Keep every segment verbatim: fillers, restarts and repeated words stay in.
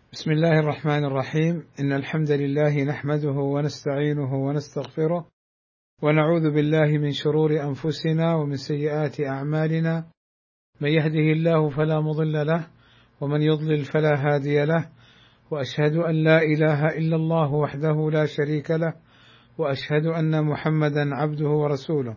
بسم الله الرحمن الرحيم. إن الحمد لله نحمده ونستعينه ونستغفره ونعوذ بالله من شرور أنفسنا ومن سيئات أعمالنا، من يهده الله فلا مضل له ومن يضلل فلا هادي له، وأشهد أن لا إله إلا الله وحده لا شريك له، وأشهد أن محمدا عبده ورسوله.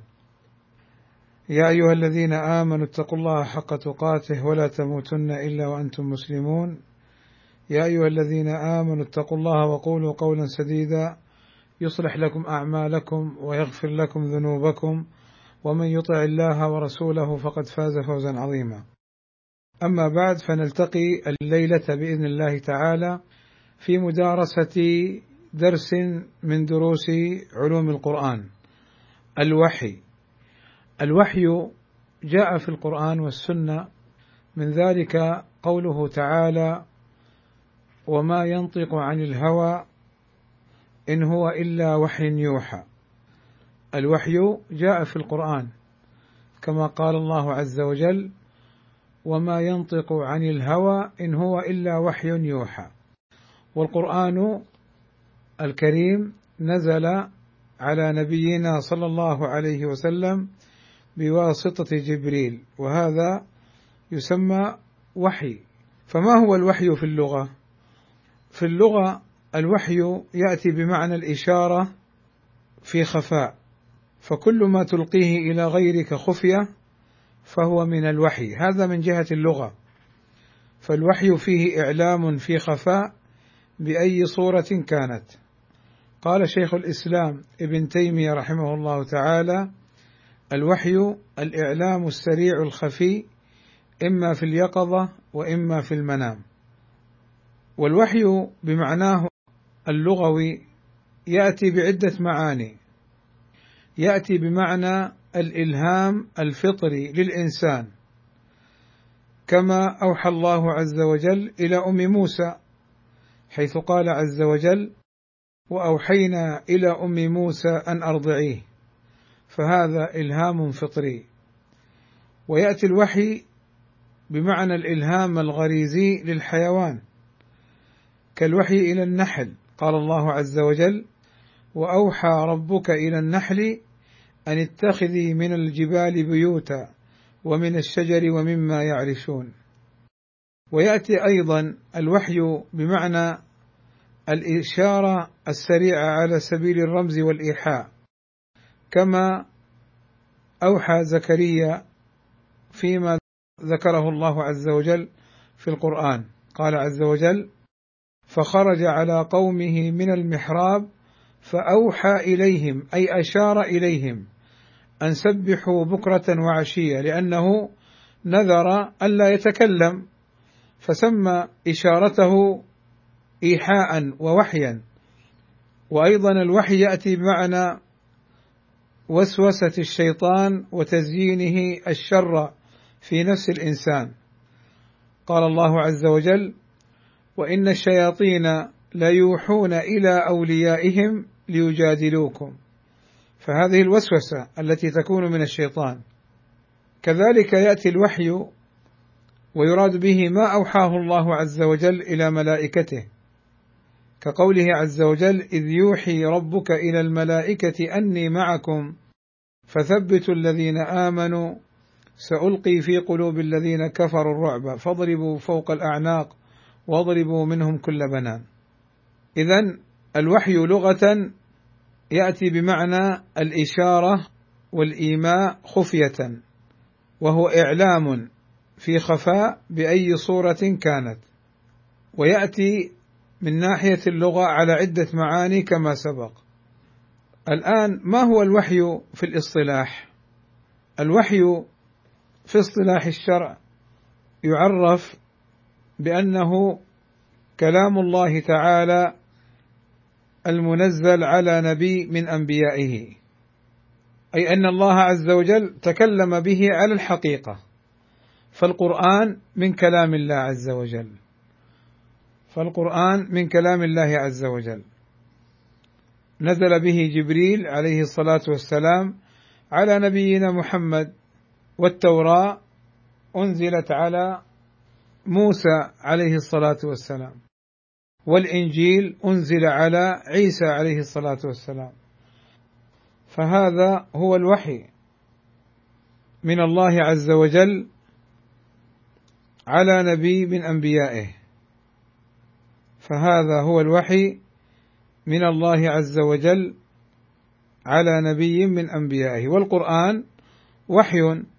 يا أيها الذين آمنوا اتقوا الله حق تقاته ولا تموتن إلا وأنتم مسلمون. يا أيها الذين آمنوا اتقوا الله وقولوا قولا سديدا يصلح لكم أعمالكم ويغفر لكم ذنوبكم، ومن يطع الله ورسوله فقد فاز فوزا عظيما. أما بعد، فنلتقي الليلة بإذن الله تعالى في مدارسة درس من دروس علوم القرآن، الوحي. الوحي جاء في القرآن والسنة، من ذلك قوله تعالى: وما ينطق عن الهوى إن هو إلا وحي يوحى. الوحي جاء في القرآن كما قال الله عز وجل: وما ينطق عن الهوى إن هو إلا وحي يوحى. والقرآن الكريم نزل على نبينا صلى الله عليه وسلم بواسطة جبريل، وهذا يسمى وحي. فما هو الوحي في اللغة؟ في اللغة الوحي يأتي بمعنى الإشارة في خفاء، فكل ما تلقيه إلى غيرك خفية فهو من الوحي، هذا من جهة اللغة. فالوحي فيه إعلام في خفاء بأي صورة كانت. قال شيخ الإسلام ابن تيمية رحمه الله تعالى: الوحي الإعلام السريع الخفي، إما في اليقظة وإما في المنام. والوحي بمعناه اللغوي يأتي بعدة معاني. يأتي بمعنى الإلهام الفطري للإنسان، كما أوحى الله عز وجل إلى أم موسى، حيث قال عز وجل: وأوحينا إلى أم موسى أن أرضعيه، فهذا إلهام فطري. ويأتي الوحي بمعنى الإلهام الغريزي للحيوان، كالوحي إلى النحل، قال الله عز وجل: وأوحى ربك إلى النحل أن اتخذي من الجبال بيوتا ومن الشجر ومما يعرشون. ويأتي أيضا الوحي بمعنى الإشارة السريعة على سبيل الرمز والإيحاء، كما أوحى زكريا فيما ذكره الله عز وجل في القرآن. قال عز وجل: فخرج على قومه من المحراب فأوحى إليهم، أي أشار إليهم أن سبحوا بكرة وعشية، لأنه نذر ألا يتكلم، فسمى إشارته إيحاء ووحيا. وأيضا الوحي يأتي بمعنى وسوسة الشيطان وتزيينه الشر في نفس الإنسان. قال الله عز وجل: وإن الشياطين ليوحون إلى أوليائهم ليجادلوكم، فهذه الوسوسة التي تكون من الشيطان. كذلك يأتي الوحي ويراد به ما أوحاه الله عز وجل إلى ملائكته، كقوله عز وجل: إذ يوحي ربك إلى الملائكة أني معكم فثبتوا الذين آمنوا سألقي في قلوب الذين كفروا الرعب فاضربوا فوق الأعناق واضربوا منهم كل بنان. إذن الوحي لغة يأتي بمعنى الإشارة والإيماء خفية، وهو إعلام في خفاء بأي صورة كانت. ويأتي من ناحية اللغة على عدة معاني كما سبق. الآن ما هو الوحي في الاصطلاح؟ الوحي في اصطلاح الشرع يعرف بأنه كلام الله تعالى المنزل على نبي من أنبيائه، أي أن الله عز وجل تكلم به على الحقيقة. فالقرآن من كلام الله عز وجل، فالقرآن من كلام الله عز وجل نزل به جبريل عليه الصلاة والسلام على نبينا محمد، والتوراة أنزلت على موسى عليه الصلاة والسلام. والإنجيل أنزل على عيسى عليه الصلاة والسلام. فهذا هو الوحي من الله عز وجل على نبي من أنبيائه، فهذا هو الوحي من الله عز وجل على نبي من أنبيائه. والقرآن وحي،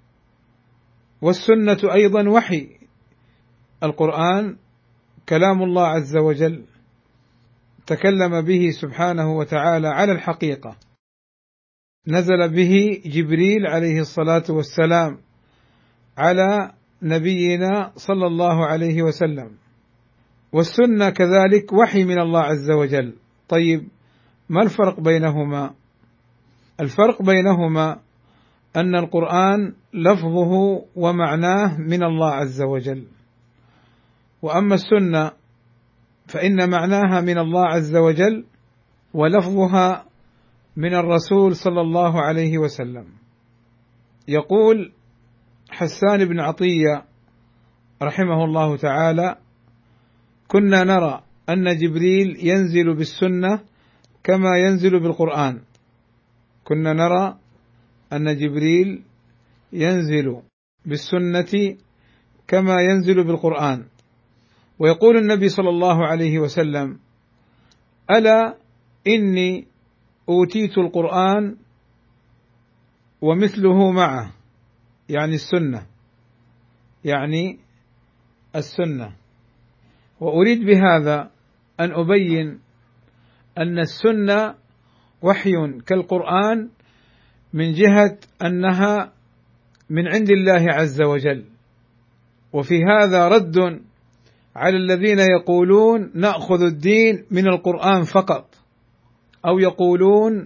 والسنة أيضا وحي. القرآن كلام الله عز وجل تكلم به سبحانه وتعالى على الحقيقة، نزل به جبريل عليه الصلاة والسلام على نبينا صلى الله عليه وسلم، والسنة كذلك وحي من الله عز وجل. طيب، ما الفرق بينهما؟ الفرق بينهما أن القرآن لفظه ومعناه من الله عز وجل، وأما السنة فإن معناها من الله عز وجل ولفظها من الرسول صلى الله عليه وسلم. يقول حسان بن عطية رحمه الله تعالى: كنا نرى أن جبريل ينزل بالسنة كما ينزل بالقرآن. كنا نرى أن جبريل ينزل بالسنة كما ينزل بالقرآن. ويقول النبي صلى الله عليه وسلم: ألا إني أوتيت القرآن ومثله معه، يعني السنة، يعني السنة. وأريد بهذا أن أبين أن السنة وحي كالقرآن من جهة أنها من عند الله عز وجل، وفي هذا رد على الذين يقولون نأخذ الدين من القرآن فقط، أو يقولون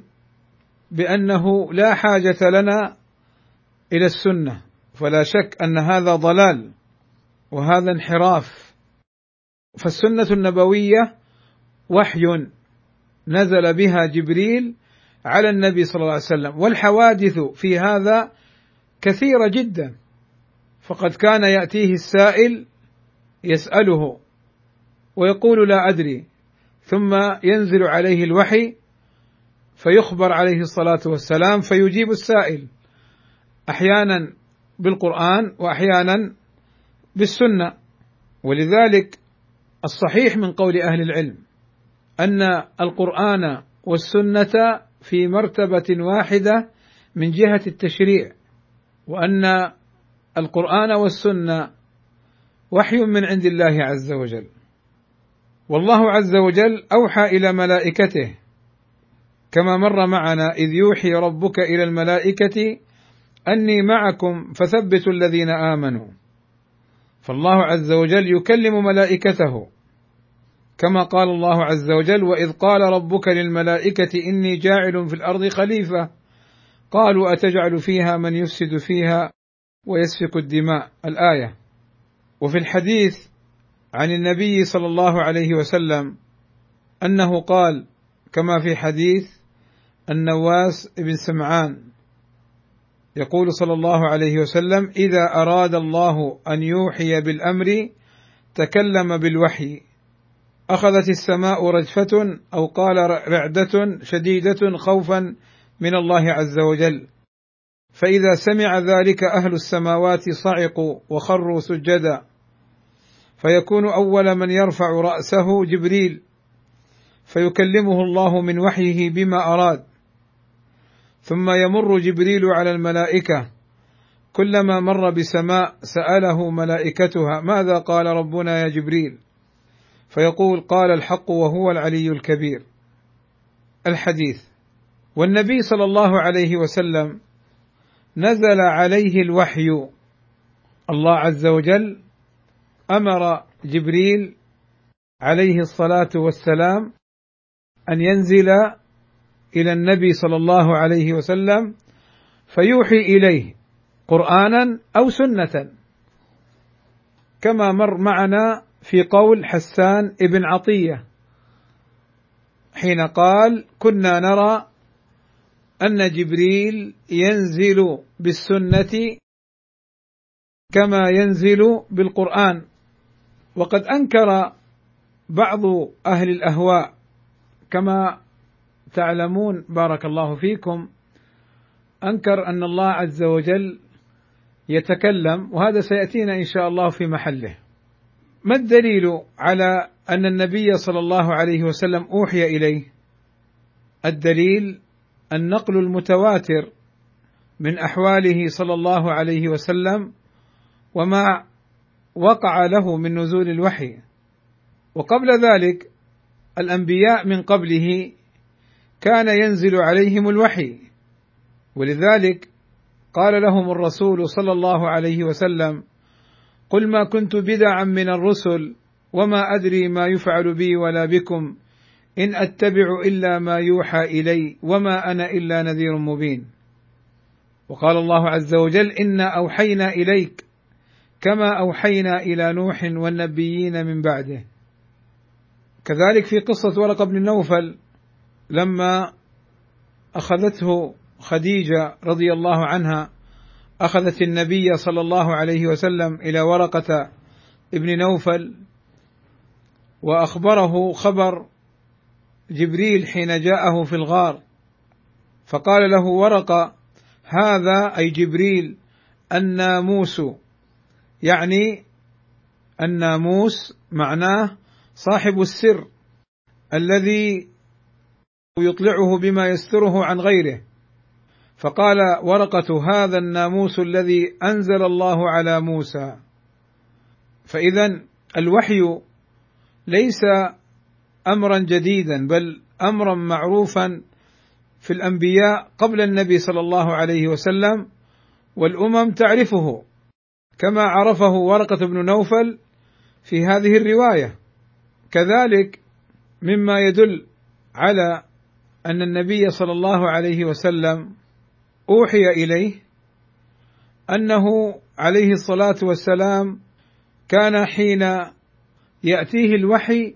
بأنه لا حاجة لنا إلى السنة. فلا شك أن هذا ضلال وهذا انحراف. فالسنة النبوية وحي نزل بها جبريل على النبي صلى الله عليه وسلم، والحوادث في هذا كثيرة جدا. فقد كان يأتيه السائل يسأله ويقول لا أدري، ثم ينزل عليه الوحي فيخبر عليه الصلاة والسلام فيجيب السائل، أحيانا بالقرآن وأحيانا بالسنة. ولذلك الصحيح من قول أهل العلم أن القرآن والسنة في مرتبة واحدة من جهة التشريع، وأن القرآن والسنة وحي من عند الله عز وجل. والله عز وجل أوحى إلى ملائكته كما مر معنا: إذ يوحي ربك إلى الملائكة أني معكم فثبتوا الذين آمنوا. فالله عز وجل يكلم ملائكته، كما قال الله عز وجل: وإذ قال ربك للملائكة إني جاعل في الأرض خليفة قالوا أتجعل فيها من يفسد فيها ويسفك الدماء، الآية. وفي الحديث عن النبي صلى الله عليه وسلم أنه قال كما في حديث النواس بن سمعان، يقول صلى الله عليه وسلم: إذا أراد الله أن يوحي بالأمر تكلم بالوحي، أخذت السماء رجفة أو قال رعدة شديدة خوفا من الله عز وجل، فإذا سمع ذلك أهل السماوات صعقوا وخروا سجدا، فيكون أول من يرفع رأسه جبريل فيكلمه الله من وحيه بما أراد، ثم يمر جبريل على الملائكة، كلما مر بسماء سأله ملائكتها: ماذا قال ربنا يا جبريل؟ فيقول: قال الحق وهو العلي الكبير. الحديث. والنبي صلى الله عليه وسلم نزل عليه الوحي، الله عز وجل أمر جبريل عليه الصلاة والسلام أن ينزل إلى النبي صلى الله عليه وسلم فيوحي إليه قرآنا أو سنة، كما مر معنا في قول حسان ابن عطية حين قال: كنا نرى أن جبريل ينزل بالسنة كما ينزل بالقرآن. وقد أنكر بعض أهل الأهواء كما تعلمون بارك الله فيكم أنكر أن الله عز وجل يتكلم، وهذا سيأتينا إن شاء الله في محله. ما الدليل على أن النبي صلى الله عليه وسلم أوحي إليه؟ الدليل النقل المتواتر من أحواله صلى الله عليه وسلم وما وقع له من نزول الوحي. وقبل ذلك الأنبياء من قبله كان ينزل عليهم الوحي، ولذلك قال لهم الرسول صلى الله عليه وسلم: قل ما كنت بدعا من الرسل وما أدري ما يفعل بي ولا بكم إن أتبع إلا ما يوحى إلي وما أنا إلا نذير مبين. وقال الله عز وجل: إنا أوحينا إليك كما أوحينا إلى نوح والنبيين من بعده. كذلك في قصة ورقة بن نوفل لما أخذته خديجة رضي الله عنها، أخذت النبي صلى الله عليه وسلم إلى ورقة ابن نوفل وأخبره خبر جبريل حين جاءه في الغار، فقال له ورقة: هذا أي جبريل الناموس، يعني الناموس معناه صاحب السر الذي يطلعه بما يستره عن غيره. فقال ورقة: هذا الناموس الذي أنزل الله على موسى. فإذا الوحي ليس أمرا جديدا، بل أمرا معروفا في الأنبياء قبل النبي صلى الله عليه وسلم، والأمم تعرفه كما عرفه ورقة بن نوفل في هذه الرواية. كذلك مما يدل على أن النبي صلى الله عليه وسلم أوحي إليه أنه عليه الصلاة والسلام كان حين يأتيه الوحي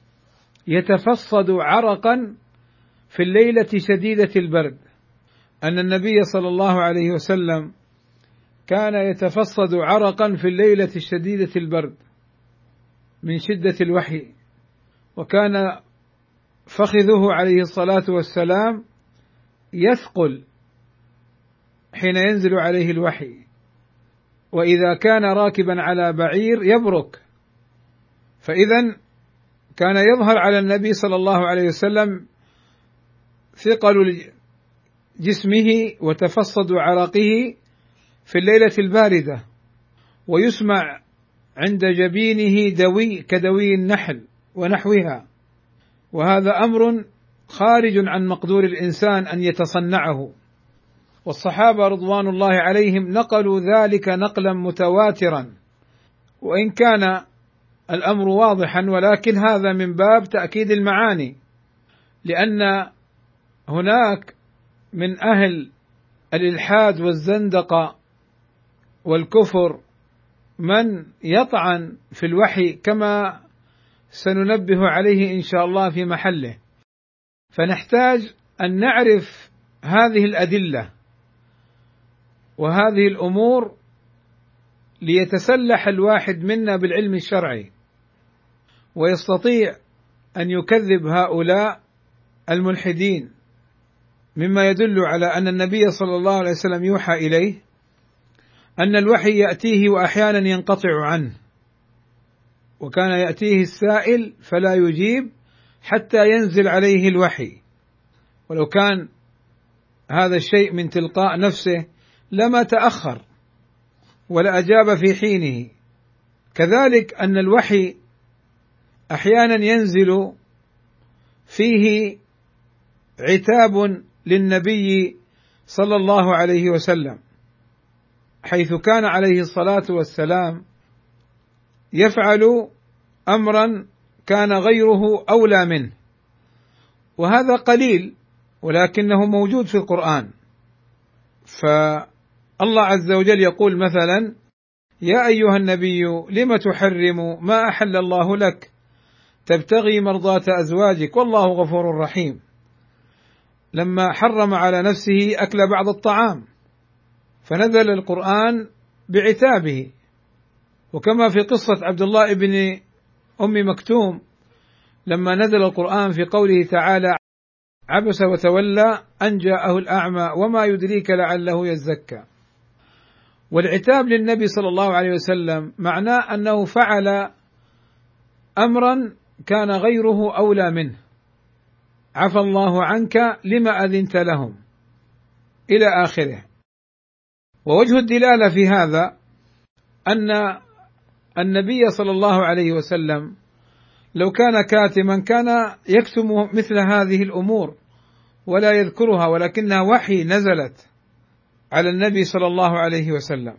يتفصد عرقا في الليلة شديدة البرد، أن النبي صلى الله عليه وسلم كان يتفصد عرقا في الليلة شديدة البرد من شدة الوحي، وكان فخذه عليه الصلاة والسلام يثقل حين ينزل عليه الوحي، وإذا كان راكبا على بعير يبرك. فإذا كان يظهر على النبي صلى الله عليه وسلم ثقل جسمه وتفصد عرقه في الليلة الباردة، ويسمع عند جبينه دوي كدوي النحل ونحوها، وهذا أمر خارج عن مقدور الإنسان أن يتصنعه. والصحابة رضوان الله عليهم نقلوا ذلك نقلا متواترا، وإن كان الأمر واضحا، ولكن هذا من باب تأكيد المعاني، لأن هناك من أهل الإلحاد والزندقة والكفر من يطعن في الوحي كما سننبه عليه إن شاء الله في محله. فنحتاج أن نعرف هذه الأدلة وهذه الأمور ليتسلح الواحد منا بالعلم الشرعي، ويستطيع أن يكذب هؤلاء الملحدين. مما يدل على أن النبي صلى الله عليه وسلم يوحى إليه أن الوحي يأتيه وأحيانا ينقطع عنه، وكان يأتيه السائل فلا يجيب حتى ينزل عليه الوحي، ولو كان هذا الشيء من تلقاء نفسه لما تأخر ولا أجاب في حينه. كذلك أن الوحي أحيانا ينزل فيه عتاب للنبي صلى الله عليه وسلم، حيث كان عليه الصلاة والسلام يفعل أمرا كان غيره أولى منه، وهذا قليل ولكنه موجود في القرآن. فالله عز وجل يقول مثلا: يا أيها النبي لم تحرم ما أحل الله لك تبتغي مرضاة أزواجك والله غفور رحيم، لما حرم على نفسه أكل بعض الطعام فنزل القرآن بعتابه. وكما في قصة عبد الله بن أم مكتوم لما نزل القرآن في قوله تعالى: عبس وتولى أن جاءه الأعمى وما يدريك لعله يزكى. والعتاب للنبي صلى الله عليه وسلم معناه أنه فعل أمرا كان غيره أولى منه، عفى الله عنك لما أذنت لهم إلى آخره. ووجه الدلالة في هذا أن النبي صلى الله عليه وسلم لو كان كاتما كان يكتم مثل هذه الأمور ولا يذكرها، ولكنها وحي نزلت على النبي صلى الله عليه وسلم.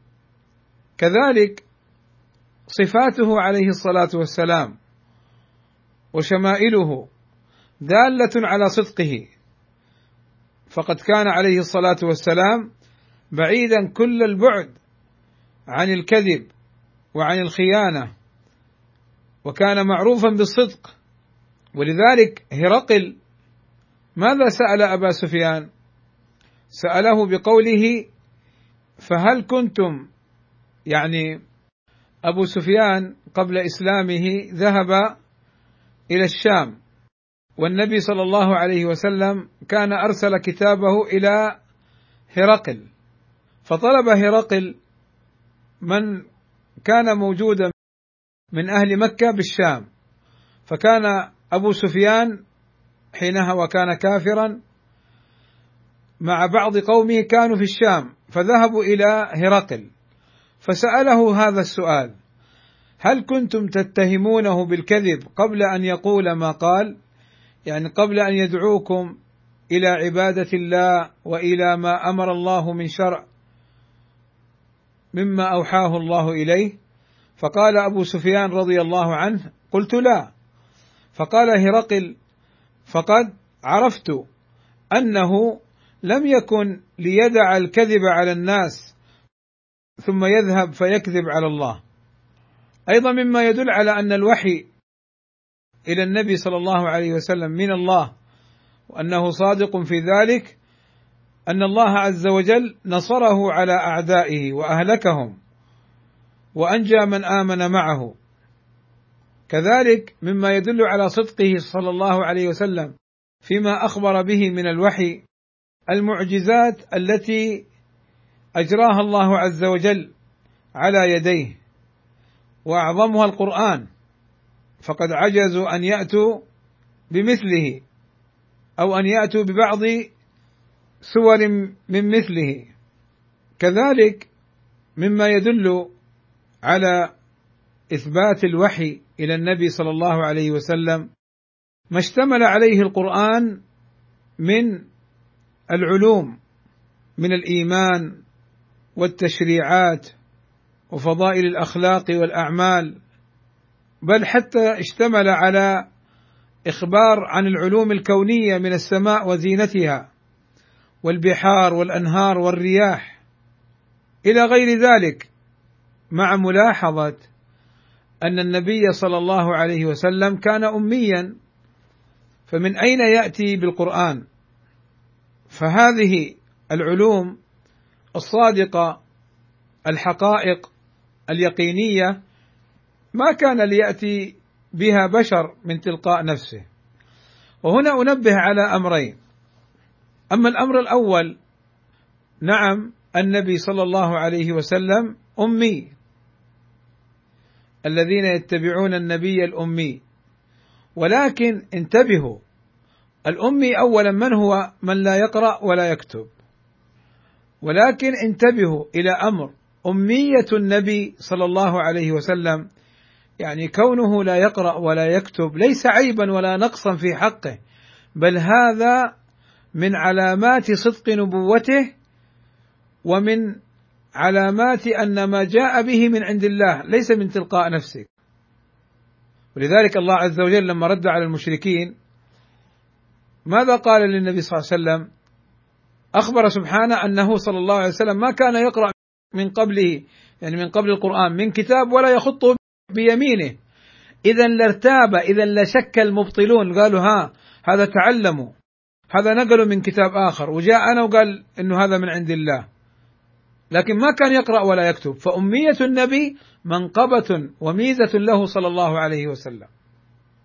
كذلك صفاته عليه الصلاة والسلام وشمائله دالة على صدقه، فقد كان عليه الصلاة والسلام بعيدا كل البعد عن الكذب وعن الخيانة، وكان معروفا بالصدق. ولذلك هرقل ماذا سأل أبا سفيان؟ سأله بقوله: فهل كنتم، يعني أبو سفيان قبل إسلامه ذهب إلى الشام، والنبي صلى الله عليه وسلم كان أرسل كتابه إلى هرقل، فطلب هرقل من كان موجودا من أهل مكة بالشام، فكان أبو سفيان حينها وكان كافرا مع بعض قومه كانوا في الشام، فذهبوا إلى هرقل فسأله هذا السؤال: هل كنتم تتهمونه بالكذب قبل أن يقول ما قال؟ يعني قبل أن يدعوكم إلى عبادة الله وإلى ما أمر الله من شرع مما أوحاه الله إليه. فقال أبو سفيان رضي الله عنه: قلت لا. فقال هرقل: فقد عرفت أنه لم يكن ليدع الكذب على الناس ثم يذهب فيكذب على الله. أيضا مما يدل على أن الوحي إلى النبي صلى الله عليه وسلم من الله وأنه صادق في ذلك أن الله عز وجل نصره على أعدائه وأهلكهم وأنجى من آمن معه. كذلك مما يدل على صدقه صلى الله عليه وسلم فيما أخبر به من الوحي المعجزات التي أجراها الله عز وجل على يديه، وأعظمها القرآن، فقد عجزوا أن يأتوا بمثله أو أن يأتوا ببعض سور من مثله. كذلك مما يدل على إثبات الوحي إلى النبي صلى الله عليه وسلم ما اشتمل عليه القرآن من العلوم، من الإيمان والتشريعات وفضائل الأخلاق والأعمال، بل حتى اشتمل على إخبار عن العلوم الكونية من السماء وزينتها والبحار والأنهار والرياح إلى غير ذلك، مع ملاحظة أن النبي صلى الله عليه وسلم كان أميا، فمن أين يأتي بالقرآن؟ فهذه العلوم الصادقة الحقائق اليقينية ما كان ليأتي بها بشر من تلقاء نفسه. وهنا أنبه على أمرين: أما الأمر الأول، نعم النبي صلى الله عليه وسلم أمي، الذين يتبعون النبي الأمي، ولكن انتبهوا، الأمي أولا من هو؟ من لا يقرأ ولا يكتب. ولكن انتبهوا إلى أمر أمية النبي صلى الله عليه وسلم، يعني كونه لا يقرأ ولا يكتب ليس عيبا ولا نقصا في حقه، بل هذا من علامات صدق نبوته ومن علامات أن ما جاء به من عند الله ليس من تلقاء نفسه. ولذلك الله عز وجل لما رد على المشركين ماذا قال للنبي صلى الله عليه وسلم؟ أخبر سبحانه أنه صلى الله عليه وسلم ما كان يقرأ من قبله، يعني من قبل القرآن، من كتاب ولا يخطه بيمينه، إذا لارتاب، إذا لشك المبطلون، قالوا ها هذا تعلموا، هذا نقلوا من كتاب آخر، وجاءنا وقال إنه هذا من عند الله، لكن ما كان يقرأ ولا يكتب. فأمية النبي منقبة وميزة له صلى الله عليه وسلم.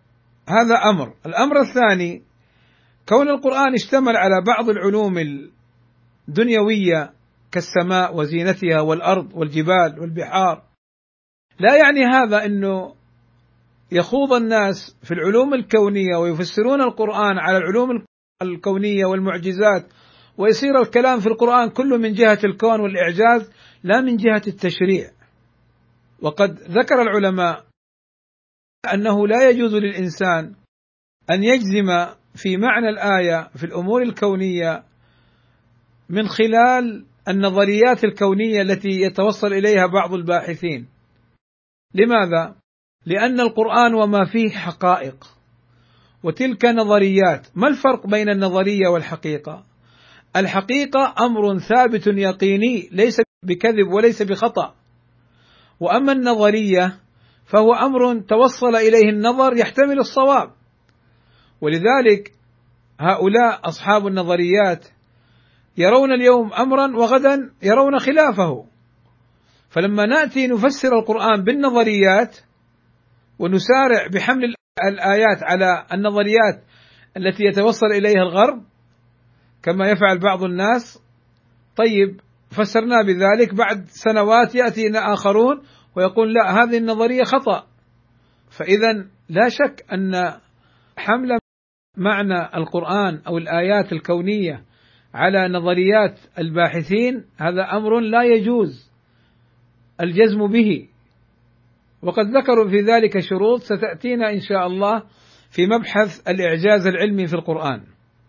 هذا أمر. الأمر الثاني، كون القرآن اشتمل على بعض العلوم الدنيوية كالسماء وزينتها والأرض والجبال والبحار، لا يعني هذا أنه يخوض الناس في العلوم الكونية ويفسرون القرآن على العلوم الكونية والمعجزات، ويصير الكلام في القرآن كله من جهة الكون والإعجاز لا من جهة التشريع. وقد ذكر العلماء أنه لا يجوز للإنسان أن يجزم في معنى الآية في الأمور الكونية من خلال النظريات الكونية التي يتوصل إليها بعض الباحثين. لماذا؟ لأن القرآن وما فيه حقائق، وتلك نظريات. ما الفرق بين النظرية والحقيقة؟ الحقيقة أمر ثابت يقيني ليس بكذب وليس بخطأ، وأما النظرية فهو أمر توصل إليه النظر يحتمل الصواب. ولذلك هؤلاء أصحاب النظريات يرون اليوم أمرا وغدا يرون خلافه. فلما نأتي نفسر القرآن بالنظريات ونسارع بحمل الآيات على النظريات التي يتوصل إليها الغرب كما يفعل بعض الناس، طيب فسرنا بذلك، بعد سنوات يأتينا آخرون ويقول لا هذه النظرية خطأ. فإذا لا شك أن حمل معنى القرآن أو الآيات الكونية على نظريات الباحثين هذا أمر لا يجوز الجزم به، وقد ذكروا في ذلك شروط ستأتينا إن شاء الله في مبحث الإعجاز العلمي في القرآن.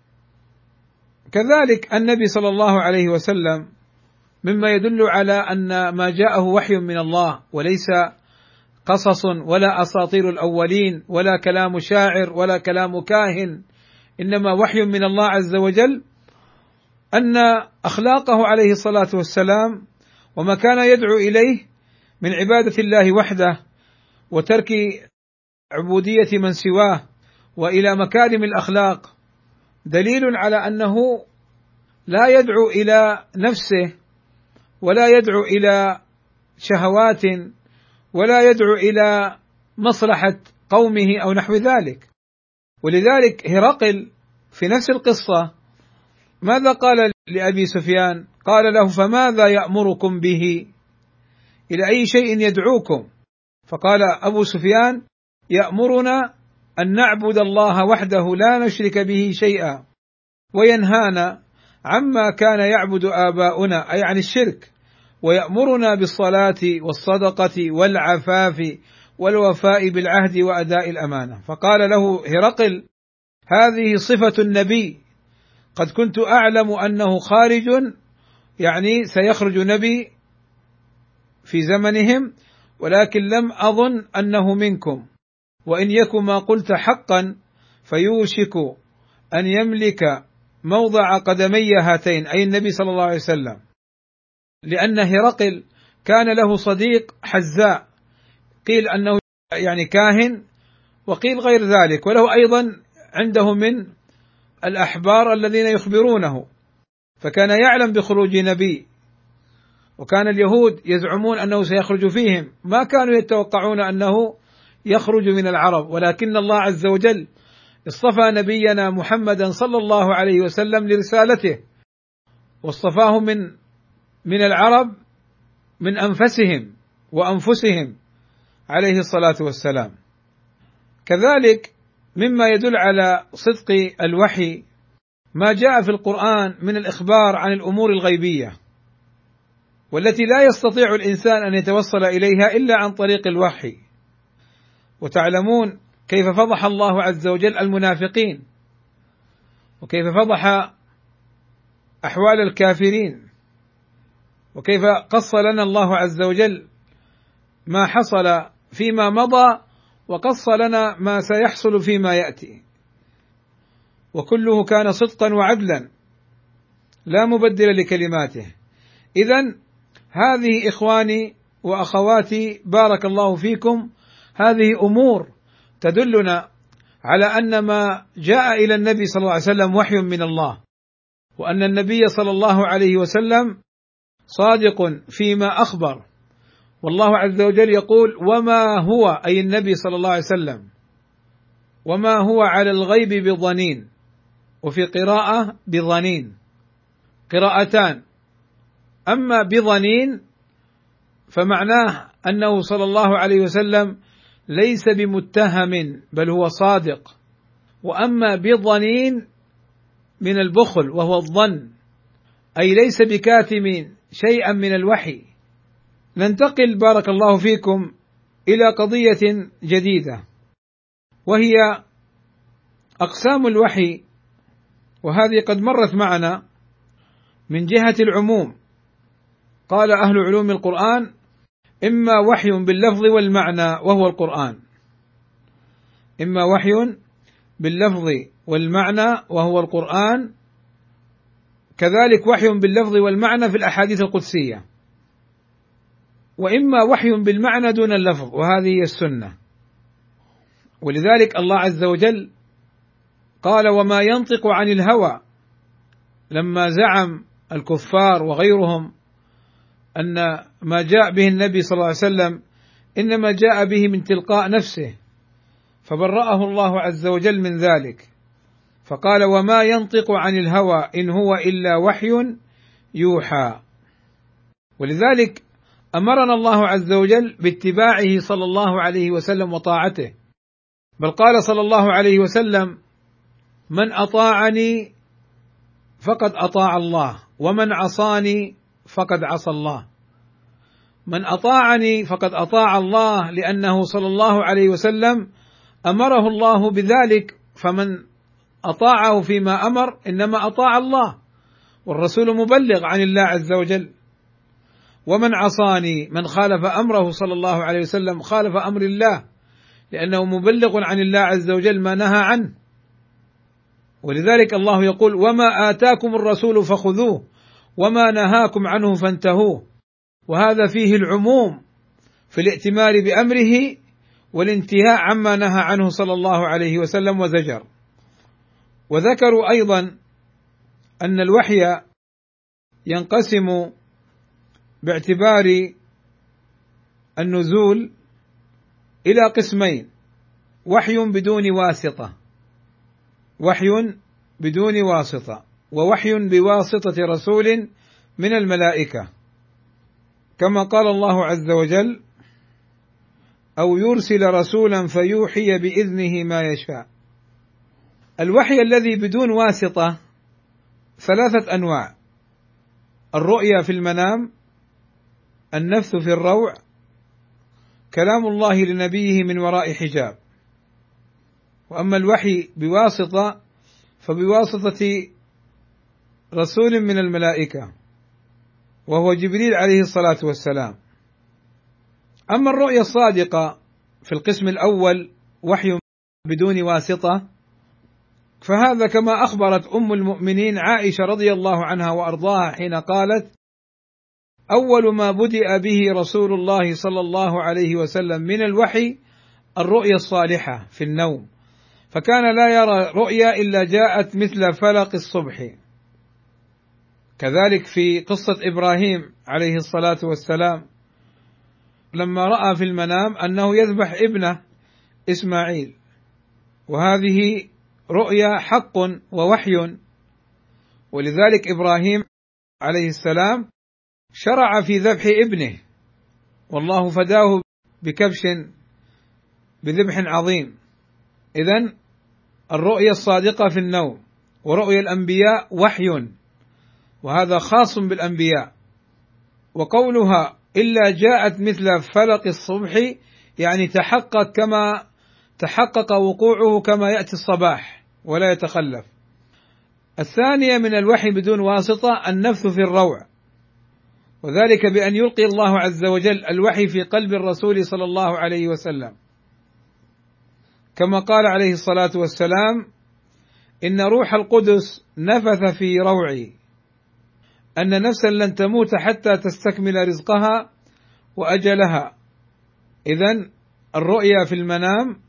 كذلك النبي صلى الله عليه وسلم مما يدل على أن ما جاءه وحي من الله وليس قصص ولا أساطير الأولين ولا كلام شاعر ولا كلام كاهن، إنما وحي من الله عز وجل، أن أخلاقه عليه الصلاة والسلام وما كان يدعو إليه من عبادة الله وحده وترك عبودية من سواه وإلى مكارم الأخلاق دليل على أنه لا يدعو إلى نفسه ولا يدعو إلى شهوات ولا يدعو إلى مصلحة قومه أو نحو ذلك. ولذلك هرقل في نفس القصة ماذا قال لأبي سفيان؟ قال له فماذا يأمركم به؟ إلى أي شيء يدعوكم؟ فقال أبو سفيان يأمرنا أن نعبد الله وحده لا نشرك به شيئا، وينهانا عما كان يعبد آباؤنا أي عن الشرك، ويأمرنا بالصلاة والصدقة والعفاف والوفاء بالعهد وأداء الأمانة. فقال له هرقل هذه صفة النبي، قد كنت أعلم أنه خارج، يعني سيخرج نبي في زمنهم، ولكن لم أظن أنه منكم، وإن يك ما قلت حقا فيوشك أن يملك موضع قدمي هاتين، أي النبي صلى الله عليه وسلم. لأن هرقل كان له صديق حزاء، قيل أنه يعني كاهن وقيل غير ذلك، وله أيضا عنده من الأحبار الذين يخبرونه، فكان يعلم بخروج نبي، وكان اليهود يزعمون أنه سيخرج فيهم، ما كانوا يتوقعون أنه يخرج من العرب، ولكن الله عز وجل اصطفى نبينا محمدا صلى الله عليه وسلم لرسالته، واصطفاه من من العرب من أنفسهم وأنفسهم عليه الصلاة والسلام. كذلك مما يدل على صدق الوحي ما جاء في القرآن من الإخبار عن الأمور الغيبية، والتي لا يستطيع الإنسان أن يتوصل إليها إلا عن طريق الوحي. وتعلمون كيف فضح الله عز وجل المنافقين، وكيف فضح أحوال الكافرين، وكيف قص لنا الله عز وجل ما حصل فيما مضى، وقص لنا ما سيحصل فيما يأتي، وكله كان صدقا وعدلا لا مبدل لكلماته. إذن هذه إخواني وأخواتي بارك الله فيكم، هذه أمور تدلنا على أن ما جاء إلى النبي صلى الله عليه وسلم وحي من الله، وأن النبي صلى الله عليه وسلم صادق فيما أخبر، والله عز وجل يقول وما هو، أي النبي صلى الله عليه وسلم، وما هو على الغيب بضنين، وفي قراءة بضنين، قراءتان. أما بضنين فمعناه أنه صلى الله عليه وسلم ليس بمتهم بل هو صادق، وأما بضنين من البخل وهو الظن، أي ليس بكاتم شيئا من الوحي. ننتقل بارك الله فيكم إلى قضية جديدة، وهي أقسام الوحي، وهذه قد مرت معنا من جهة العموم. قال أهل علوم القرآن: إما وحي باللفظ والمعنى وهو القرآن، إما وحي باللفظ والمعنى وهو القرآن، كذلك وحي باللفظ والمعنى في الأحاديث القدسية، وإما وحي بالمعنى دون اللفظ، وهذه هي السنة. ولذلك الله عز وجل قال: وما ينطق عن الهوى، لما زعم الكفار وغيرهم أن ما جاء به النبي صلى الله عليه وسلم إنما جاء به من تلقاء نفسه، فبرأه الله عز وجل من ذلك، فقال: وما ينطق عن الهوى إن هو إلا وحي يوحى. ولذلك أمرنا الله عز وجل باتباعه صلى الله عليه وسلم وطاعته، بل قال صلى الله عليه وسلم: من أطاعني فقد أطاع الله، ومن عصاني فقد عصى الله. من أطاعني فقد أطاع الله، لأنه صلى الله عليه وسلم أمره الله بذلك، فمن أطاعه فيما أمر إنما أطاع الله، والرسول مبلغ عن الله عز وجل. ومن عصاني، من خالف أمره صلى الله عليه وسلم خالف أمر الله، لأنه مبلغ عن الله عز وجل ما نهى عنه. ولذلك الله يقول: وما آتاكم الرسول فخذوه وما نهاكم عنه فانتهوه. وهذا فيه العموم في الائتمار بأمره والانتهاء عما نهى عنه صلى الله عليه وسلم وزجر. وذكروا أيضا أن الوحي ينقسم باعتبار النزول إلى قسمين: وحي بدون واسطة، وحي بدون واسطة، ووحي بواسطة رسول من الملائكة، كما قال الله عز وجل: أو يرسل رسولا فيوحي بإذنه ما يشاء. الوحي الذي بدون واسطة ثلاثة أنواع: الرؤيا في المنام، النفث في الروع، كلام الله لنبيه من وراء حجاب. وأما الوحي بواسطة فبواسطة رسول من الملائكة وهو جبريل عليه الصلاة والسلام. أما الرؤيا الصادقة في القسم الأول وحي بدون واسطة، فهذا كما أخبرت أم المؤمنين عائشة رضي الله عنها وأرضاها حين قالت: أول ما بدأ به رسول الله صلى الله عليه وسلم من الوحي الرؤيا الصالحة في النوم، فكان لا يرى رؤيا إلا جاءت مثل فلق الصبح. كذلك في قصة إبراهيم عليه الصلاة والسلام لما رأى في المنام أنه يذبح ابنه إسماعيل، وهذه رؤيا حق ووحي. ولذلك إبراهيم عليه السلام شرع في ذبح ابنه، والله فداه بكبش بذبح عظيم. إذن الرؤيا الصادقة في النوم، ورؤيا الأنبياء وحي، وهذا خاص بالأنبياء. وقولها إلا جاءت مثل فلق الصبح يعني تحقق كما تحقق وقوعه كما يأتي الصباح ولا يتخلف. الثانية من الوحي بدون واسطة النفث في الروع، وذلك بأن يلقي الله عز وجل الوحي في قلب الرسول صلى الله عليه وسلم، كما قال عليه الصلاة والسلام: إن روح القدس نفث في روعي أن نفسا لن تموت حتى تستكمل رزقها وأجلها. إذن الرؤيا في المنام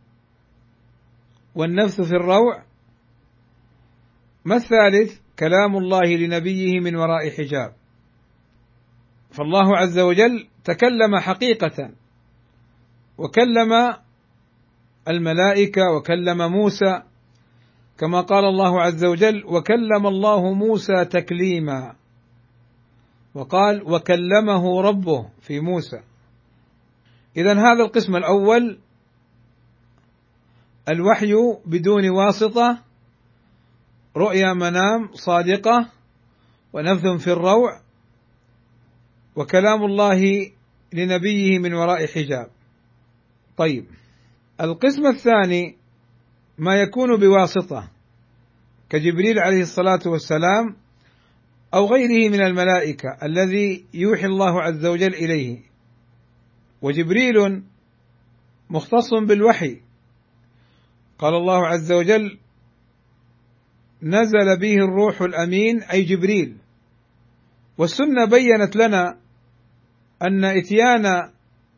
والنفث في الروع. ما الثالث؟ كلام الله لنبيه من وراء حجاب. فالله عز وجل تكلم حقيقة، وكلم الملائكة وكلم موسى، كما قال الله عز وجل: وكلم الله موسى تكليما، وقال: وكلمه ربه في موسى. إذن هذا القسم الأول الوحي بدون واسطة، رؤيا منام صادقة ونفذ في الروع، وكلام الله لنبيه من وراء حجاب. طيب، القسم الثاني ما يكون بواسطة كجبريل عليه الصلاة والسلام أو غيره من الملائكة الذي يوحي الله عز وجل إليه. وجبريل مختص بالوحي، قال الله عز وجل: نزل به الروح الأمين، أي جبريل. والسنة بيّنت لنا أن إتيان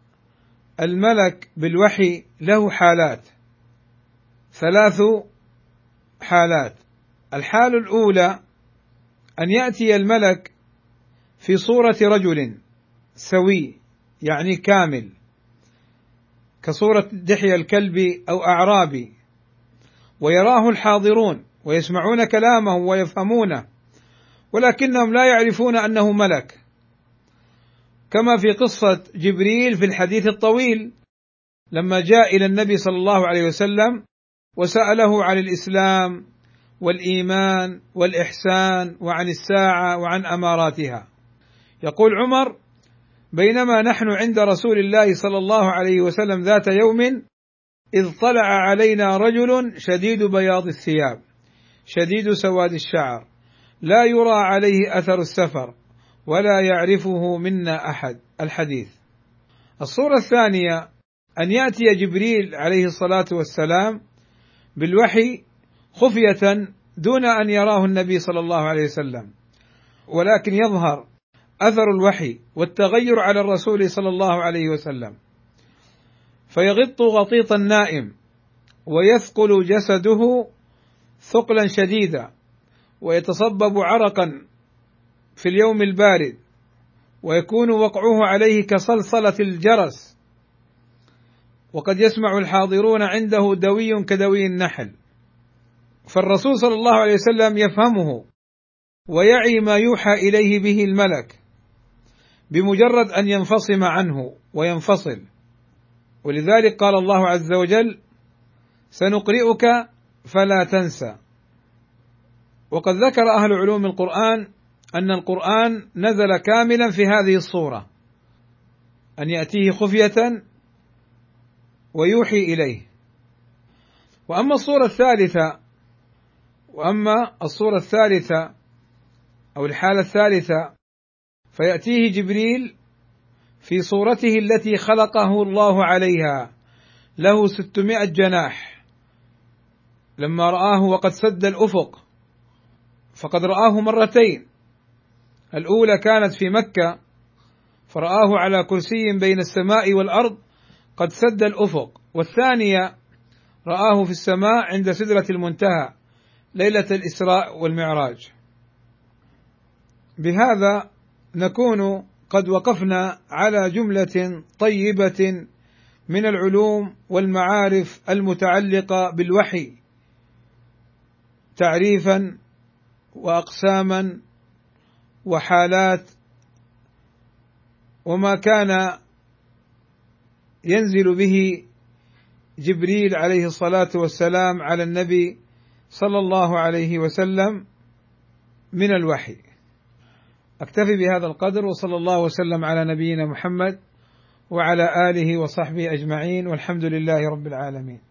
الملك بالوحي له حالات، ثلاث حالات. الحال الأولى أن يأتي الملك في صورة رجل سوي، يعني كامل، كصورة دحية الكلب أو أعرابي، ويراه الحاضرون ويسمعون كلامه ويفهمونه، ولكنهم لا يعرفون أنه ملك، كما في قصة جبريل في الحديث الطويل لما جاء إلى النبي صلى الله عليه وسلم وسأله عن الإسلام والإيمان والإحسان وعن الساعة وعن أماراتها. يقول عمر: بينما نحن عند رسول الله صلى الله عليه وسلم ذات يوم إذ طلع علينا رجل شديد بياض الثياب شديد سواد الشعر لا يرى عليه أثر السفر ولا يعرفه منا أحد. الحديث. الصورة الثانية أن يأتي جبريل عليه الصلاة والسلام بالوحي خفية دون أن يراه النبي صلى الله عليه وسلم، ولكن يظهر أثر الوحي والتغير على الرسول صلى الله عليه وسلم، فيغط غطيط النائم ويثقل جسده ثقلا شديدا، ويتصبب عرقا في اليوم البارد، ويكون وقعه عليه كصلصلة الجرس، وقد يسمع الحاضرون عنده دوي كدوي النحل. فالرسول صلى الله عليه وسلم يفهمه ويعي ما يوحى إليه به الملك بمجرد أن ينفصم عنه وينفصل. ولذلك قال الله عز وجل: سنقرئك فلا تنسى. وقد ذكر أهل علوم القرآن أن القرآن نزل كاملا في هذه الصورة، أن يأتيه خفية ويوحي إليه. وأما الصورة الثالثة وأما الصورة الثالثة أو الحالة الثالثة فيأتيه جبريل في صورته التي خلقه الله عليها، له ستمائة جناح. لما رآه وقد سد الأفق، فقد رآه مرتين، الأولى كانت في مكة فرآه على كرسي بين السماء والأرض قد سد الأفق، والثانية رآه في السماء عند سدرة المنتهى ليلة الإسراء والمعراج. بهذا نكون قد وقفنا على جملة طيبة من العلوم والمعارف المتعلقة بالوحي، تعريفا وأقساما وحالات، وما كان ينزل به جبريل عليه الصلاة والسلام على النبي صلى الله عليه وسلم من الوحي. أكتفي بهذا القدر، وصلى الله وسلم على نبينا محمد وعلى آله وصحبه أجمعين، والحمد لله رب العالمين.